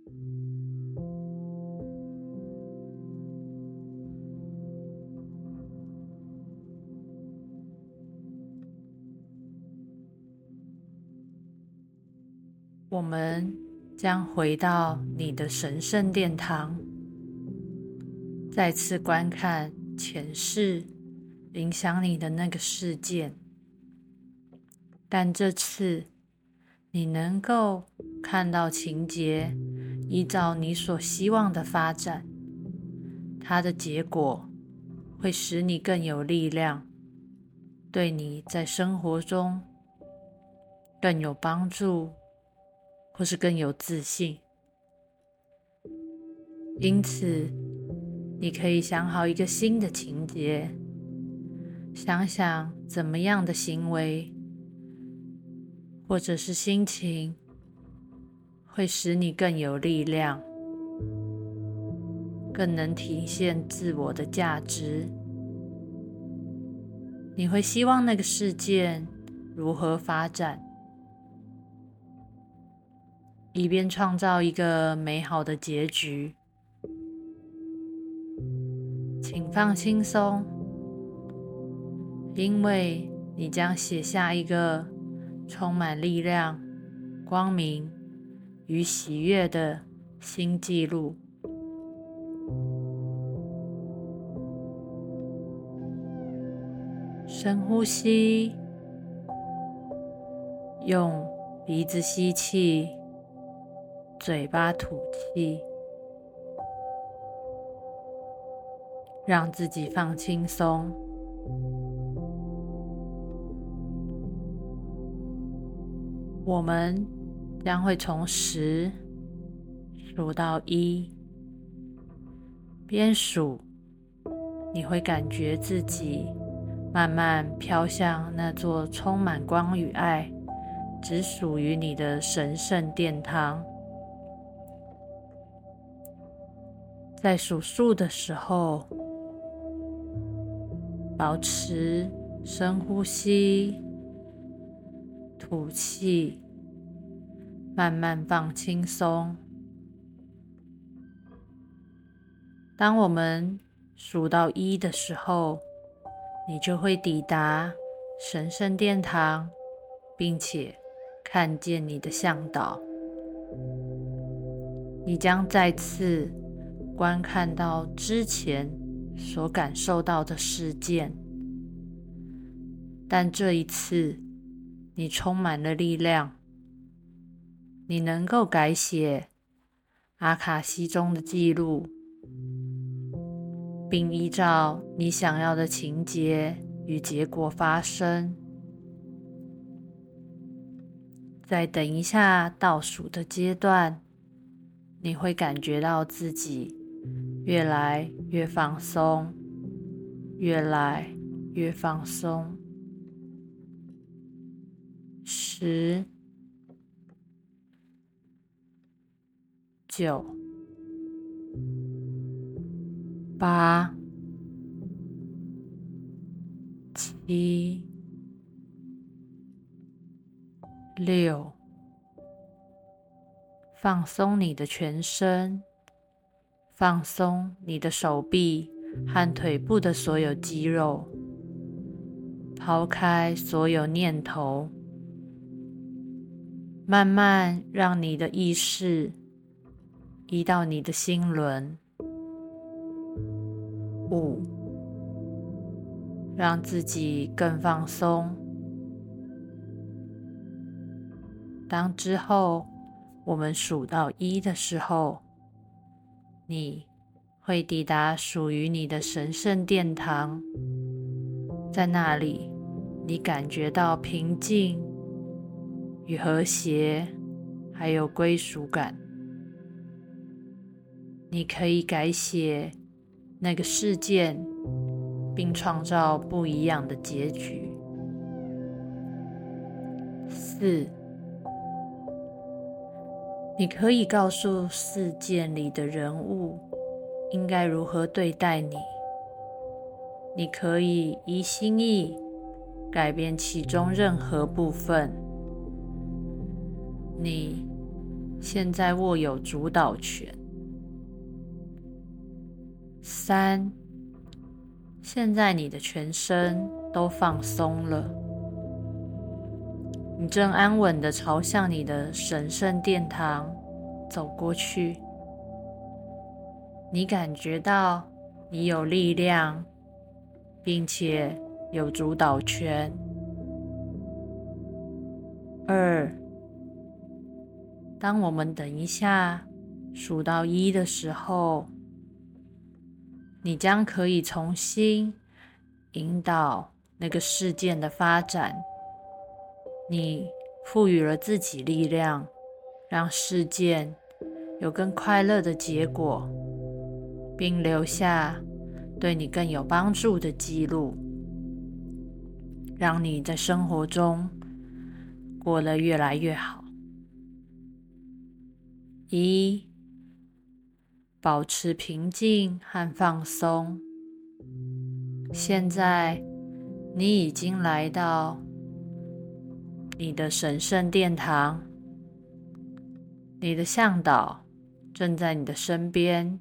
我们将回到你的神圣殿堂，再次观看前世影响你的那个事件，但这次你能够看到情节依照你所希望的发展，它的结果会使你更有力量，对你在生活中更有帮助，或是更有自信。因此，你可以想好一个新的情节，想想怎么样的行为或者是心情会使你更有力量，更能体现自我的价值。你会希望那个事件如何发展，以便创造一个美好的结局。请放轻松，因为你将写下一个充满力量、光明与喜悦的新纪录。深呼吸，用鼻子吸气，嘴巴吐气，让自己放轻松。我们将会从10数到1，边数你会感觉自己慢慢飘向那座充满光与爱，只属于你的神圣殿堂。在数数的时候，保持深呼吸，吐气，慢慢放轻松。当我们数到1的时候，你就会抵达神圣殿堂，并且看见你的向导。你将再次观看到之前所感受到的事件，但这一次你充满了力量，你能够改写阿卡西中的记录，并依照你想要的情节与结果发生。在等一下倒数的阶段，你会感觉到自己越来越放松，越来越放松。10、9、8、7、6，放松你的全身，放松你的手臂和腿部的所有肌肉，抛开所有念头，慢慢让你的意识移到你的心轮。5，让自己更放松。当之后我们数到1的时候，你会抵达属于你的神圣殿堂。在那里，你感觉到平静与和谐，还有归属感。你可以改写那个事件，并创造不一样的结局。4，你可以告诉事件里的人物应该如何对待你。你可以依心意改变其中任何部分。你现在握有主导权。3，现在你的全身都放松了，你正安稳地朝向你的神圣殿堂走过去。你感觉到你有力量，并且有主导权。2，当我们等一下数到1的时候，你将可以重新引导那个事件的发展。你赋予了自己力量，让事件有更快乐的结果，并留下对你更有帮助的记录，让你在生活中过得越来越好。1，保持平静和放松。现在你已经来到你的神圣殿堂，你的向导正在你的身边，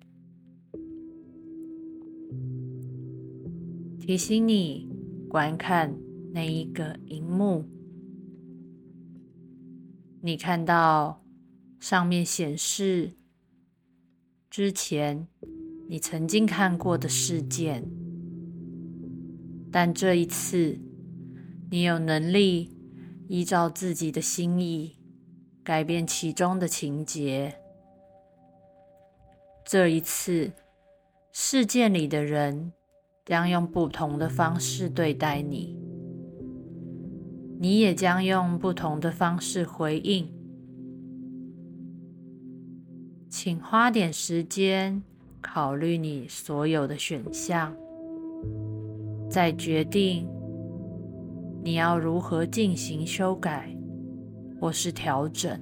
提醒你观看那一个荧幕。你看到上面显示之前你曾经看过的事件，但这一次你有能力依照自己的心意改变其中的情节。这一次事件里的人将用不同的方式对待你，你也将用不同的方式回应。请花点时间考虑你所有的选项，再决定你要如何进行修改或是调整。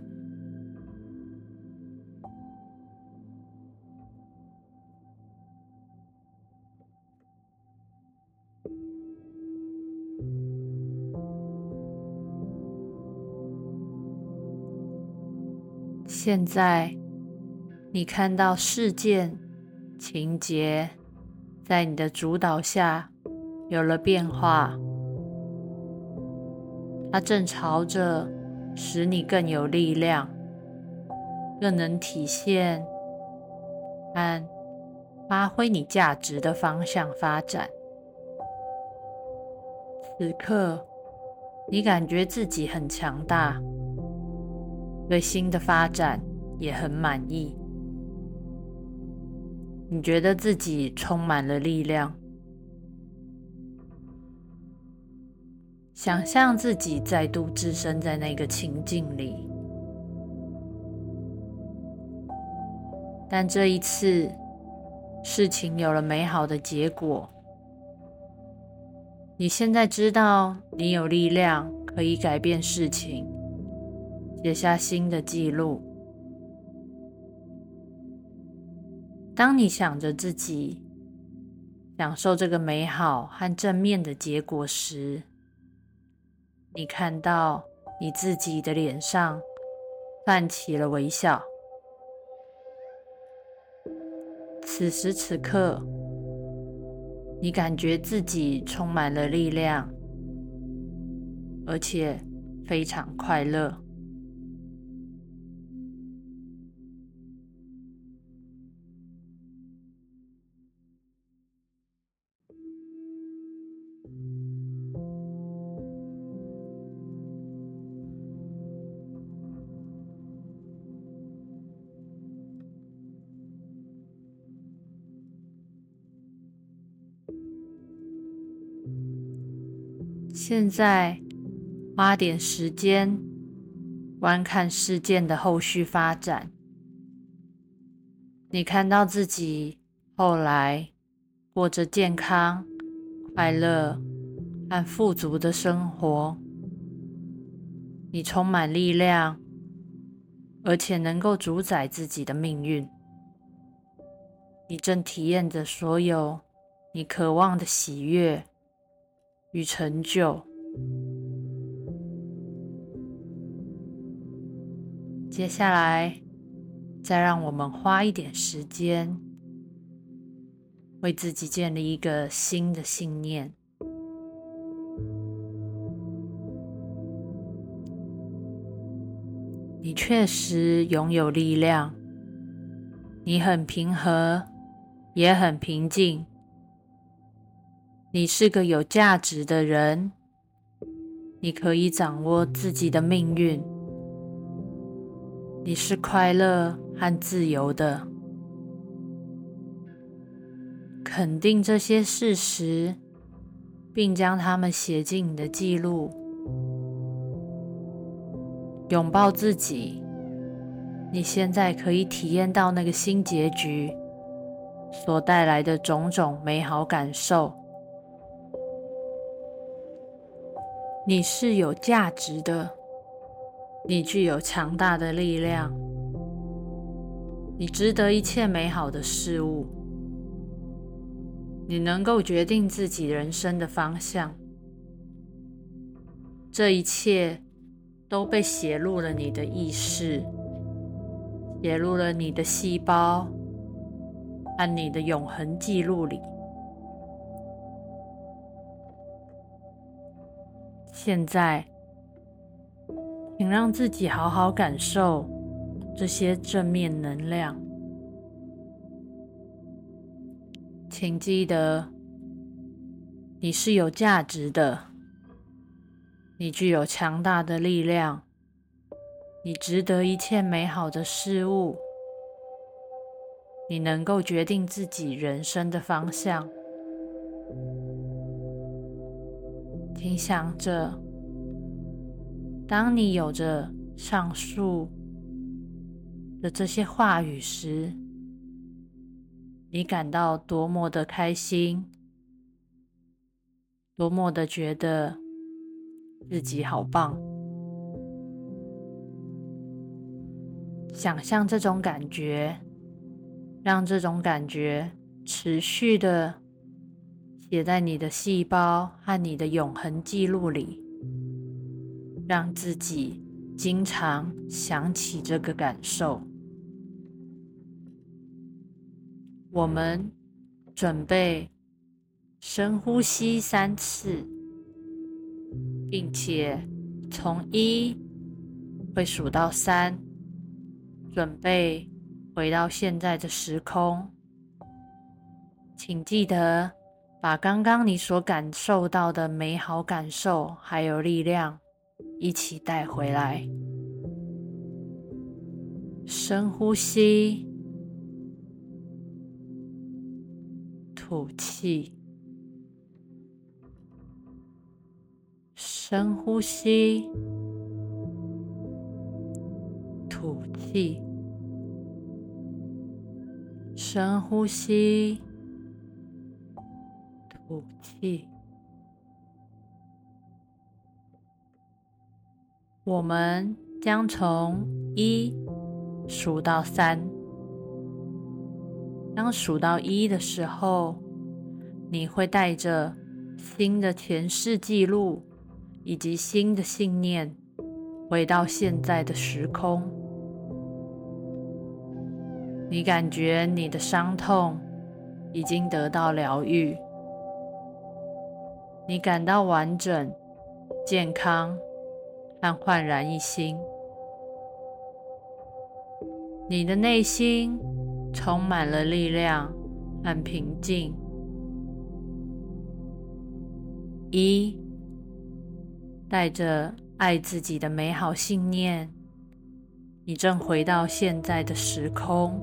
现在你看到事件情节在你的主导下有了变化，它正朝着使你更有力量，更能体现和发挥你价值的方向发展。此刻你感觉自己很强大，对新的发展也很满意。你觉得自己充满了力量，想象自己再度置身在那个情境里，但这一次事情有了美好的结果。你现在知道你有力量可以改变事情，写下新的记录。当你想着自己享受这个美好和正面的结果时，你看到你自己的脸上泛起了微笑。此时此刻，你感觉自己充满了力量，而且非常快乐。现在花点时间观看事件的后续发展。你看到自己后来过着健康、快乐和富足的生活，你充满力量，而且能够主宰自己的命运。你正体验着所有你渴望的喜悦与成就。 接下来，再让我们花一点时间，为自己建立一个新的信念。你确实拥有力量，你很平和，也很平静。你是个有价值的人，你可以掌握自己的命运。你是快乐和自由的。肯定这些事实，并将它们写进你的记录。拥抱自己，你现在可以体验到那个新结局所带来的种种美好感受。你是有价值的，你具有强大的力量，你值得一切美好的事物，你能够决定自己人生的方向。这一切都被写入了你的意识，写入了你的细胞和你的永恒记录里。现在，请让自己好好感受这些正面能量。请记得，你是有价值的，你具有强大的力量，你值得一切美好的事物，你能够决定自己人生的方向。请想着，当你有着上述的这些话语时，你感到多么的开心，多么的觉得自己好棒。想象这种感觉，让这种感觉持续的写在你的细胞和你的永恒记录里，让自己经常想起这个感受。我们准备深呼吸3次，并且从1会数到3，准备回到现在的时空。请记得把刚刚你所感受到的美好感受还有力量一起带回来。深呼吸，吐气，深呼吸，吐气，深呼吸，吐气。我们将从1数到3。当数到1的时候，你会带着新的前世记录以及新的信念回到现在的时空。你感觉你的伤痛已经得到疗愈，你感到完整、健康和焕然一新。你的内心充满了力量和平静。1，带着爱自己的美好信念，你正回到现在的时空。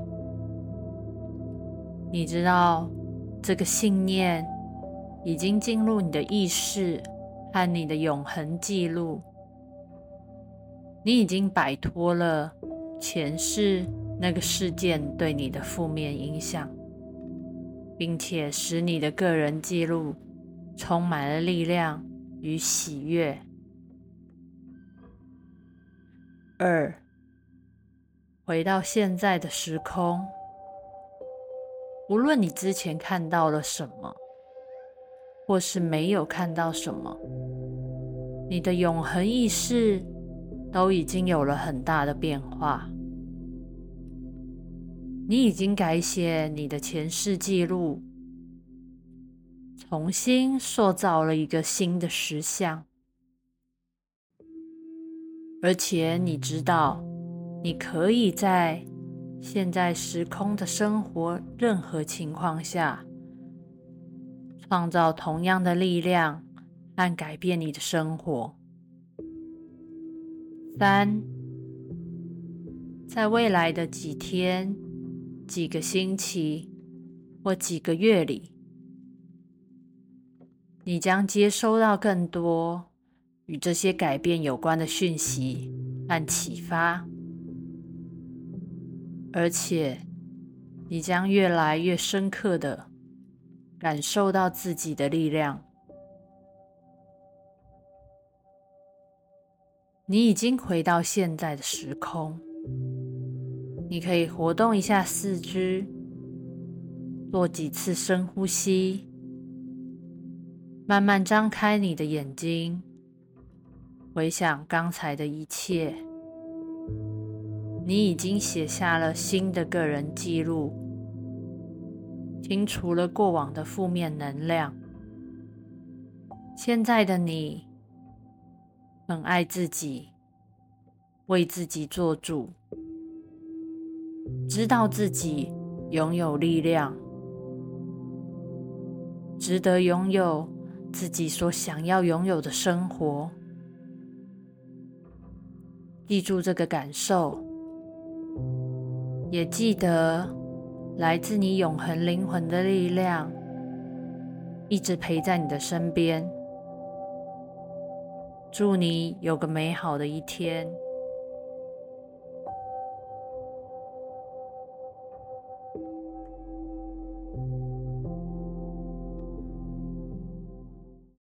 你知道这个信念已经进入你的意识和你的永恒记录。你已经摆脱了前世那个事件对你的负面影响，并且使你的个人记录充满了力量与喜悦。2，回到现在的时空。无论你之前看到了什么，或是没有看到什么，你的永恒意识都已经有了很大的变化。你已经改写你的前世记录，重新塑造了一个新的实相，而且你知道，你可以在现在时空的生活任何情况下，创造同样的力量和改变你的生活。3，在未来的几天、几个星期或几个月里，你将接收到更多与这些改变有关的讯息和启发，而且你将越来越深刻地感受到自己的力量。你已经回到现在的时空，你可以活动一下四肢，做几次深呼吸，慢慢张开你的眼睛，回想刚才的一切。你已经写下了新的个人记录，清除了过往的负面能量。现在的你很爱自己，为自己做主，知道自己拥有力量，值得拥有自己所想要拥有的生活。记住这个感受，也记得来自你永恒灵魂的力量一直陪在你的身边。祝你有个美好的一天。